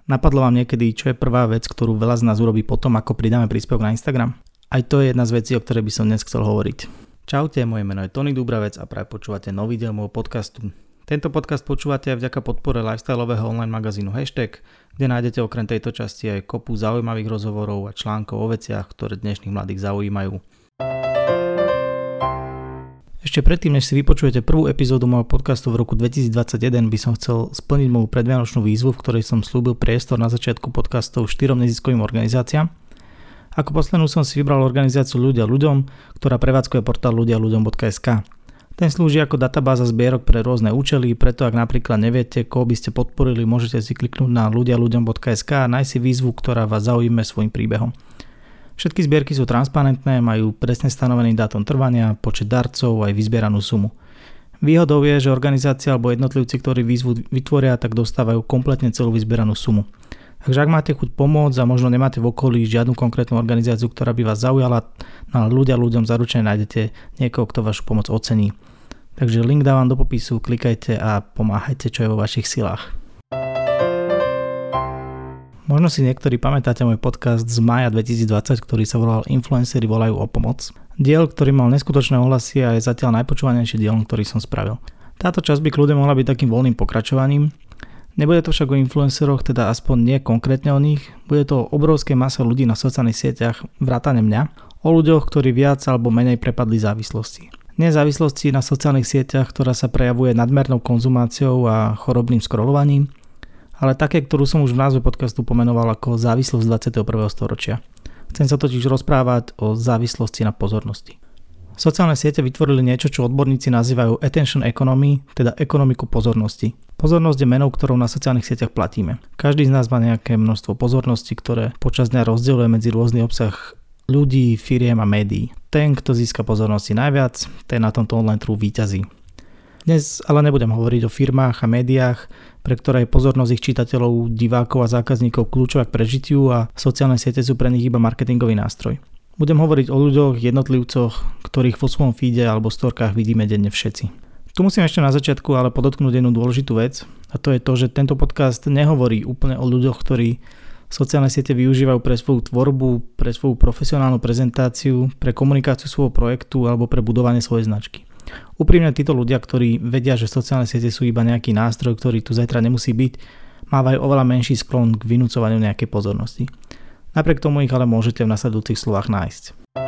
Napadlo vám niekedy, čo je prvá vec, ktorú veľa z nás urobí potom, ako pridáme príspevok na Instagram? Aj to je jedna z vecí, o ktorej by som dnes chcel hovoriť. Čaute, moje meno je Tony Dubravec a práve počúvate nový diel môjho podcastu. Tento podcast počúvate aj vďaka podpore lifestyleového online magazínu Hashtag, kde nájdete okrem tejto časti aj kopu zaujímavých rozhovorov a článkov o veciach, ktoré dnešných mladých zaujímajú. Ešte predtým, než si vypočujete prvú epizódu môjho podcastu v roku 2021, by som chcel splniť moju predvianočnú výzvu, v ktorej som slúbil priestor na začiatku podcastov 4 neziskovým organizáciám. Ako poslednú som si vybral organizáciu Ľudia ľuďom, ktorá prevádzkuje portál ľudiaľuďom.sk. Ten slúži ako databáza zbierok pre rôzne účely, preto ak napríklad neviete, koho by ste podporili, môžete si kliknúť na ľudiaľuďom.sk a nájsť si výzvu, ktorá vás zaujíme svojim príbehom. Všetky zbierky sú transparentné, majú presne stanovený dátum trvania, počet darcov aj vyzbieranú sumu. Výhodou je, že organizácia alebo jednotlivci, ktorí výzvu vytvoria, tak dostávajú kompletne celú vyzbieranú sumu. Takže ak máte chuť pomôcť a možno nemáte v okolí žiadnu konkrétnu organizáciu, ktorá by vás zaujala, na Ľudia ľuďom zaručene nájdete niekoho, kto vašu pomoc ocení. Takže link dávam do popisu, klikajte a pomáhajte, čo je vo vašich silách. Možno si niektorí pamätáte môj podcast z mája 2020, ktorý sa volal Influenceri volajú o pomoc. Diel, ktorý mal neskutočné ohlasy a je zatiaľ najpočúvanejší dielom, ktorý som spravil. Táto časť by kľudne mohla byť takým voľným pokračovaním. Nebude to však o influenceroch, teda aspoň nie konkrétne o nich. Bude to o obrovskej mase ľudí na sociálnych sieťach, vrátane mňa, o ľuďoch, ktorí viac alebo menej prepadli závislosti. Nie závislosti na sociálnych sieťach, ktorá sa prejavuje nadmernou konzumáciou a chorobným scrollovaním, ale také, ktorú som už v názve podcastu pomenoval ako závislosť 21. storočia. Chcem sa totiž rozprávať o závislosti na pozornosti. Sociálne siete vytvorili niečo, čo odborníci nazývajú attention economy, teda ekonomiku pozornosti. Pozornosť je menou, ktorou na sociálnych sieťach platíme. Každý z nás má nejaké množstvo pozornosti, ktoré počas dňa rozdeľuje medzi rôzny obsah ľudí, firiem a médií. Ten, kto získa pozornosti najviac, ten na tomto online trhu víťazí. Dnes ale nebudem hovoriť o firmách a médiách, pre ktoré je pozornosť ich čitateľov, divákov a zákazníkov kľúčová k prežitiu a sociálne siete sú pre nich iba marketingový nástroj. Budem hovoriť o ľuďoch, jednotlivcoch, ktorých vo svojom feede alebo storkách vidíme denne všetci. Tu musím ešte na začiatku ale podotknúť jednu dôležitú vec a to je to, že tento podcast nehovorí úplne o ľuďoch, ktorí sociálne siete využívajú pre svoju tvorbu, pre svoju profesionálnu prezentáciu, pre komunikáciu svojho projektu alebo pre budovanie svojej značky. Úprimne títo ľudia, ktorí vedia, že sociálne siete sú iba nejaký nástroj, ktorý tu zajtra nemusí byť, mávajú oveľa menší sklon k vynúcovaniu nejakej pozornosti. Napriek tomu ich ale môžete v nasledujúcich slovách nájsť.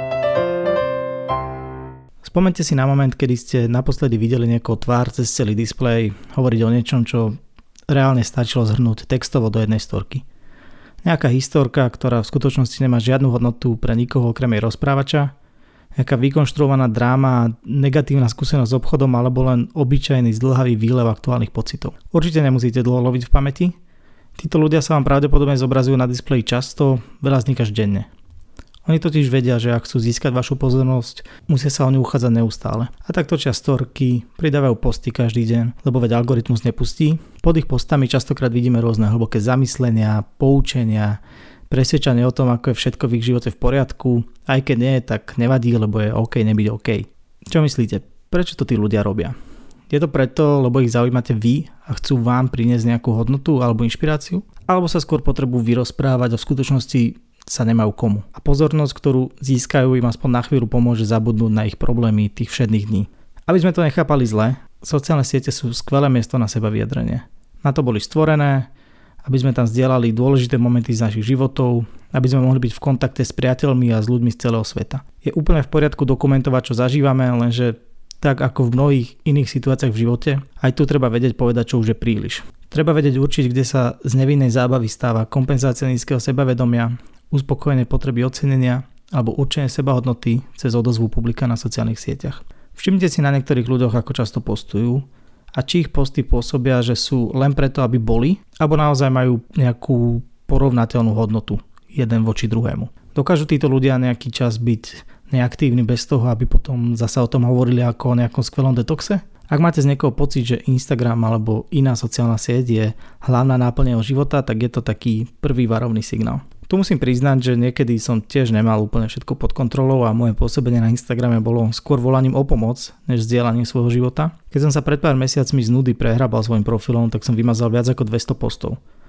Spomeňte si na moment, kedy ste naposledy videli niekoho tvár cez celý displej, hovoriť o niečom, čo reálne stačilo zhrnúť textovo do jednej storky. Nejaká historka, ktorá v skutočnosti nemá žiadnu hodnotu pre nikoho okrem jej rozprávača, nejaká vykonštruovaná dráma, negatívna skúsenosť s obchodom alebo len obyčajný zdĺhavý výlev aktuálnych pocitov. Určite nemusíte dlho loviť v pamäti. Títo ľudia sa vám pravdepodobne zobrazujú na displeji často, veľa z nich až denne. Oni totiž vedia, že ak chcú získať vašu pozornosť, musia sa o ňu uchádzať neustále. A tak točia storky, pridávajú posty každý deň, lebo veď algoritmus nepustí. Pod ich postami častokrát vidíme rôzne hlboké zamyslenia, poučenia, presvedčanie o tom, ako je všetko v ich živote v poriadku, aj keď nie, tak nevadí, lebo je OK nebyť OK. Čo myslíte? Prečo to tí ľudia robia? Je to preto, lebo ich zaujímate vy a chcú vám priniesť nejakú hodnotu alebo inšpiráciu? Alebo sa skôr potrebujú vyrozprávať a v skutočnosti sa nemajú komu? A pozornosť, ktorú získajú, im aspoň na chvíľu pomôže zabudnúť na ich problémy tých všedných dní. Aby sme to nechápali zle, sociálne siete sú skvelé miesto na seba vyjadrenie. Na to boli stvorené, aby sme tam zdieľali dôležité momenty z našich životov, aby sme mohli byť v kontakte s priateľmi a s ľuďmi z celého sveta. Je úplne v poriadku dokumentovať, čo zažívame, lenže tak ako v mnohých iných situáciách v živote, aj tu treba vedieť povedať, čo už je príliš. Treba vedieť určiť, kde sa z nevinnej zábavy stáva kompenzácia nízkeho sebavedomia, uspokojené potreby ocenenia alebo určenie sebahodnoty cez odozvu publika na sociálnych sieťach. Všimnite si na niektorých ľuďoch, ako často postujú a či ich posty pôsobia, že sú len preto, aby boli, alebo naozaj majú nejakú porovnateľnú hodnotu jeden voči druhému. Dokážu títo ľudia nejaký čas byť neaktívni bez toho, aby potom zasa o tom hovorili ako o nejakom skvelom detoxe? Ak máte z niekoho pocit, že Instagram alebo iná sociálna sieť je hlavná náplň jeho života, tak je to taký prvý varovný signál. Tu musím priznať, že niekedy som tiež nemal úplne všetko pod kontrolou a moje pôsobenie na Instagrame bolo skôr volaním o pomoc, než zdieľaním svojho života. Keď som sa pred pár mesiacmi z nudy prehrabal svojim profilom, tak som vymazal viac ako 200 postov.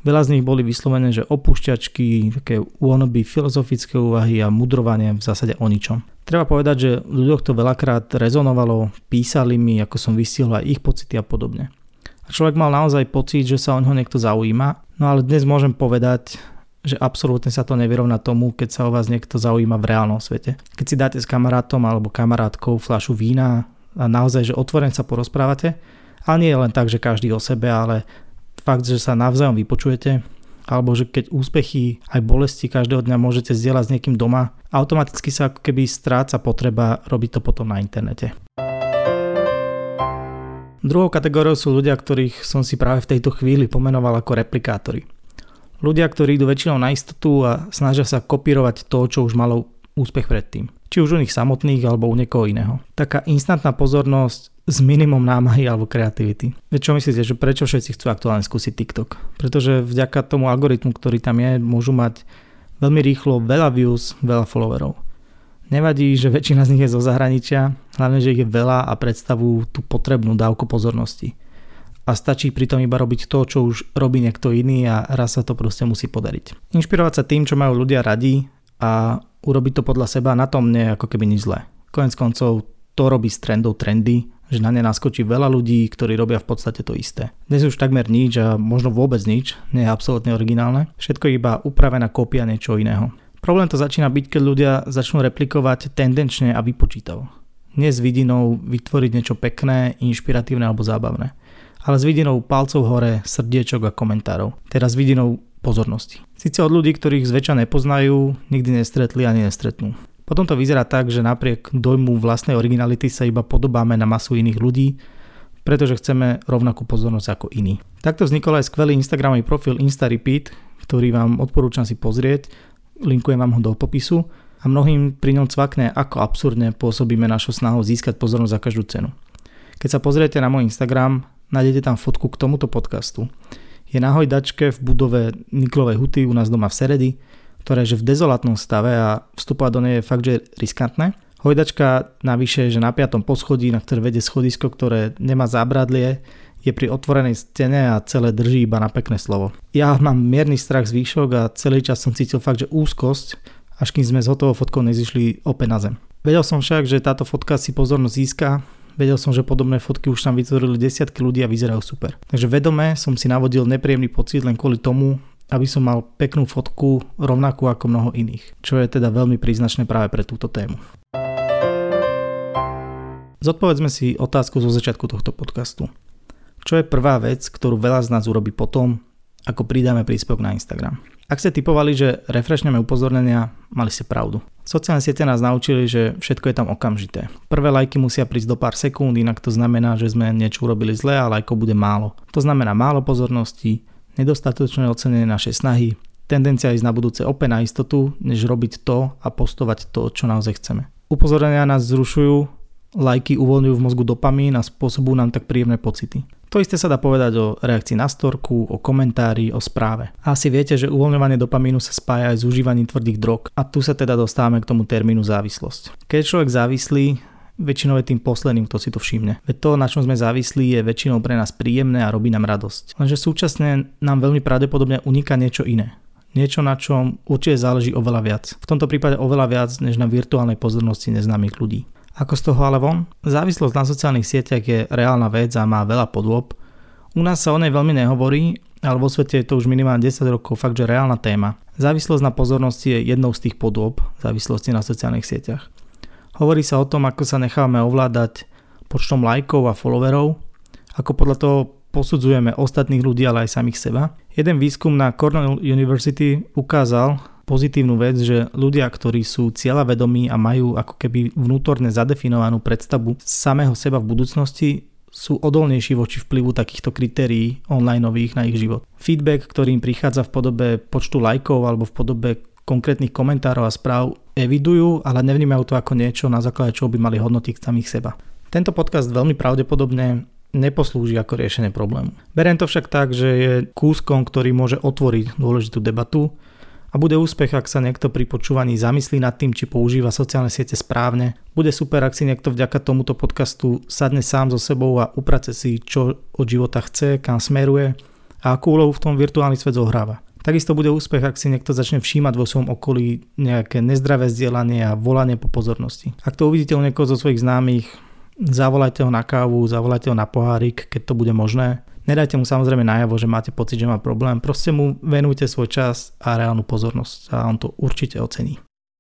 Veľa z nich boli vyslovené, že opúšťačky, také wannabe filozofické úvahy a mudrovanie v zásade o ničom. Treba povedať, že ľuďoch to veľakrát rezonovalo, písali mi, ako som vysielal aj ich pocity a podobne. A človek mal naozaj pocit, že sa o neho niekto zaujíma, no ale dnes môžem povedať, že absolútne sa to nevyrovná tomu, keď sa o vás niekto zaujíma v reálnom svete. Keď si dáte s kamarátom alebo kamarátkou fľašu vína a naozaj, že otvorene sa porozprávate, ale nie je len tak, že každý o sebe, ale fakt, že sa navzájom vypočujete, alebo že keď úspechy aj bolesti každého dňa môžete zdieľať s niekým doma, automaticky sa ako keby stráca potreba robiť to potom na internete. Druhou kategóriou sú ľudia, ktorých som si práve v tejto chvíli pomenoval ako replikátori. Ľudia, ktorí idú väčšinou na istotu a snažia sa kopírovať to, čo už malo úspech predtým. Či už u nich samotných alebo u niekoho iného. Taká instantná pozornosť s minimum námahy alebo kreativity. Veď čo myslíte, že prečo všetci chcú aktuálne skúsiť TikTok? Pretože vďaka tomu algoritmu, ktorý tam je, môžu mať veľmi rýchlo veľa views, veľa followerov. Nevadí, že väčšina z nich je zo zahraničia, hlavne, že ich je veľa a predstavujú tú potrebnú dávku pozornosti. A stačí pritom iba robiť to, čo už robí niekto iný a raz sa to proste musí podariť. Inšpirovať sa tým, čo majú ľudia radi a urobiť to podľa seba, na tom nie je ako keby nič zlé. Koniec koncov to robí z trendov trendy, že na ne naskočí veľa ľudí, ktorí robia v podstate to isté. Dnes už takmer nič a možno vôbec nič, nie je absolútne originálne. Všetko je iba upravená kópia niečo iného. Problém to začína byť, keď ľudia začnú replikovať tendenčne a vypočítavo. Nie s vidinou vytvoriť niečo pekné, inšpiratívne alebo zábavné, ale s vidinou palcov hore, srdiečok a komentárov. Teda s vidinou pozornosti. Síce od ľudí, ktorých zväčša nepoznajú, nikdy nestretli ani nestretnú. Potom to vyzerá tak, že napriek dojmu vlastnej originality sa iba podobáme na masu iných ľudí, pretože chceme rovnakú pozornosť ako iní. Takto vznikol aj skvelý Instagramový profil InstaRepeat, ktorý vám odporúčam si pozrieť, linkujem vám ho do popisu a mnohým pri ňom cvakne, ako absurdne pôsobíme našou snahou získať pozornosť za každú cenu. Keď sa pozriete na môj Instagram, nájdete tam fotku k tomuto podcastu. Je na hojdačke v budove Niklovej huty u nás doma v Seredi, ktorá je v dezolátnom stave a vstupovať do nej je fakt, že riskantné. Hojdačka navyše je, že na 5. poschodí, na ktoré vedie schodisko, ktoré nemá zábradlie, je pri otvorenej stene a celé drží iba na pekné slovo. Ja mám mierny strach z výšok a celý čas som cítil fakt, že úzkosť, až kým sme s hotovou fotkou nezišli opäť na zem. Vedel som však, že táto fotka si pozornosť získa, vedel som, že podobné fotky už tam vytvorili desiatky ľudí a vyzerajú super. Takže vedome som si navodil nepríjemný pocit len kvôli tomu, aby som mal peknú fotku rovnakú ako mnoho iných, čo je teda veľmi príznačné práve pre túto tému. Zodpovedzme si otázku zo začiatku tohto podcastu. Čo je prvá vec, ktorú veľa z nás urobí potom, ako pridáme príspevok na Instagram? Ak ste tipovali, že refreshneme upozornenia, mali ste pravdu. Sociálne siete nás naučili, že všetko je tam okamžité. Prvé lajky musia prísť do pár sekúnd, inak to znamená, že sme niečo urobili zle a lajkov bude málo. To znamená málo pozornosti, nedostatočné ocenenie našej snahy, tendencia ísť na budúce opäť na istotu, než robiť to a postovať to, čo naozaj chceme. Upozornenia nás zrušujú, lajky uvoľňujú v mozgu dopamín a spôsobujú nám tak príjemné pocity. To isté sa dá povedať o reakcii na storku, o komentári, o správe. A asi viete, že uvoľňovanie dopamínu sa spája aj s užívaním tvrdých drog. A tu sa teda dostávame k tomu termínu závislosť. Keď je človek závislý, väčšinou je tým posledným, kto si to všimne. Veď to, na čom sme závislí, je väčšinou pre nás príjemné a robí nám radosť. Lenže súčasne nám veľmi pravdepodobne uniká niečo iné. Niečo, na čom určite záleží oveľa viac. V tomto prípade oveľa viac, než na virtuálnej pozornosti neznámych ľudí. Ako z toho ale von? Závislosť na sociálnych sieťach je reálna vec a má veľa podôb. U nás sa o nej veľmi nehovorí, ale vo svete je to už minimálne 10 rokov fakt, že reálna téma. Závislosť na pozornosti je jednou z tých podôb závislosti na sociálnych sieťach. Hovorí sa o tom, ako sa nechávame ovládať počtom lajkov a followerov, ako podľa toho posudzujeme ostatných ľudí, ale aj samých seba. Jeden výskum na Cornell University ukázal pozitívnu vec, že ľudia, ktorí sú cieľavedomí a majú ako keby vnútorne zadefinovanú predstavu samého seba v budúcnosti, sú odolnejší voči vplyvu takýchto kritérií onlineových na ich život. Feedback, ktorý im prichádza v podobe počtu lajkov alebo v podobe konkrétnych komentárov a správ, evidujú, ale nevnímajú to ako niečo, na základe čoho by mali hodnotiť samých seba. Tento podcast veľmi pravdepodobne neposlúži ako riešenie problému. Beriem to však tak, že je kúskom, ktorý môže otvoriť dôležitú debatu a bude úspech, ak sa niekto pri počúvaní zamyslí nad tým, či používa sociálne siete správne. Bude super, ak si niekto vďaka tomuto podcastu sadne sám so sebou a uprace si, čo od života chce, kam smeruje a a akú úlohu v tom virtuálny svet zohráva. Takisto bude úspech, ak si niekto začne všímať vo svojom okolí nejaké nezdravé zdieľanie a volanie po pozornosti. Ak to uvidíte u niekoho zo svojich známych, zavolajte ho na kávu, zavolajte ho na pohárik, keď to bude možné. Nedajte mu samozrejme najavo, že máte pocit, že má problém. Proste mu venujte svoj čas a reálnu pozornosť a on to určite ocení.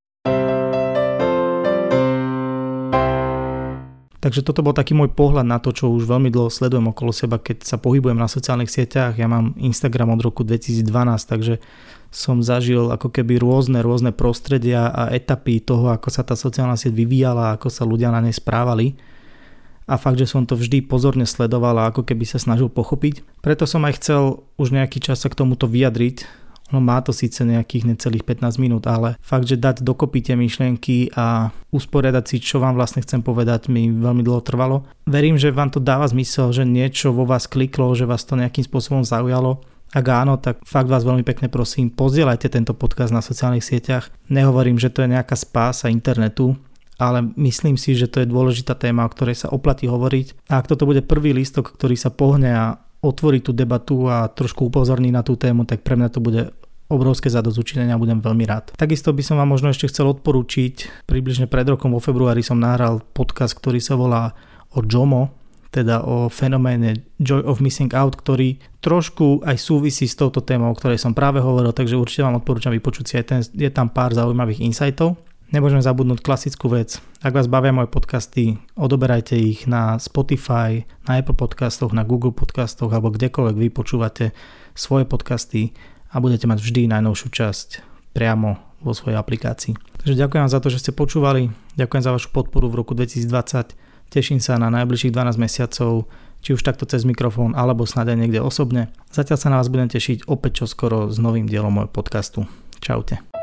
Takže toto bol taký môj pohľad na to, čo už veľmi dlho sledujem okolo seba, keď sa pohybujem na sociálnych sieťach. Ja mám Instagram od roku 2012, takže som zažil ako keby rôzne prostredia a etapy toho, ako sa tá sociálna sieť vyvíjala, ako sa ľudia na nej správali. A fakt, že som to vždy pozorne sledoval a ako keby sa snažil pochopiť. Preto som aj chcel už nejaký čas sa k tomuto vyjadriť. No má to síce nejakých necelých 15 minút, ale fakt, že dať dokopy tie myšlienky a usporiadať si, čo vám vlastne chcem povedať, mi veľmi dlho trvalo. Verím, že vám to dáva zmysel, že niečo vo vás kliklo, že vás to nejakým spôsobom zaujalo. Ak áno, tak fakt vás veľmi pekne prosím, pozdieľajte tento podcast na sociálnych sieťach. Nehovorím, že to je nejaká spása internetu, ale myslím si, že to je dôležitá téma, o ktorej sa oplatí hovoriť. A ak toto bude prvý lístok, ktorý sa pohne a otvorí tú debatu a trošku upozorní na tú tému, tak pre mňa to bude obrovské zadozučinenie a budem veľmi rád. Takisto by som vám možno ešte chcel odporúčiť, približne pred rokom vo februári som nahral podcast, ktorý sa volá o JOMO, teda o fenoméne Joy of Missing Out, ktorý trošku aj súvisí s touto témou, o ktorej som práve hovoril, takže určite vám odporúčam vypočuť si aj je tam pár zaujímavých insightov. Nemôžeme zabudnúť klasickú vec. Ak vás bavia moje podcasty, odoberajte ich na Spotify, na Apple podcastoch, na Google podcastoch alebo kdekoľvek vy počúvate svoje podcasty a budete mať vždy najnovšiu časť priamo vo svojej aplikácii. Takže ďakujem vám za to, že ste počúvali. Ďakujem za vašu podporu v roku 2020. Teším sa na najbližších 12 mesiacov, či už takto cez mikrofón alebo snáď aj niekde osobne. Zatiaľ sa na vás budem tešiť opäť čoskoro s novým dielom môjho podcastu. Čaute.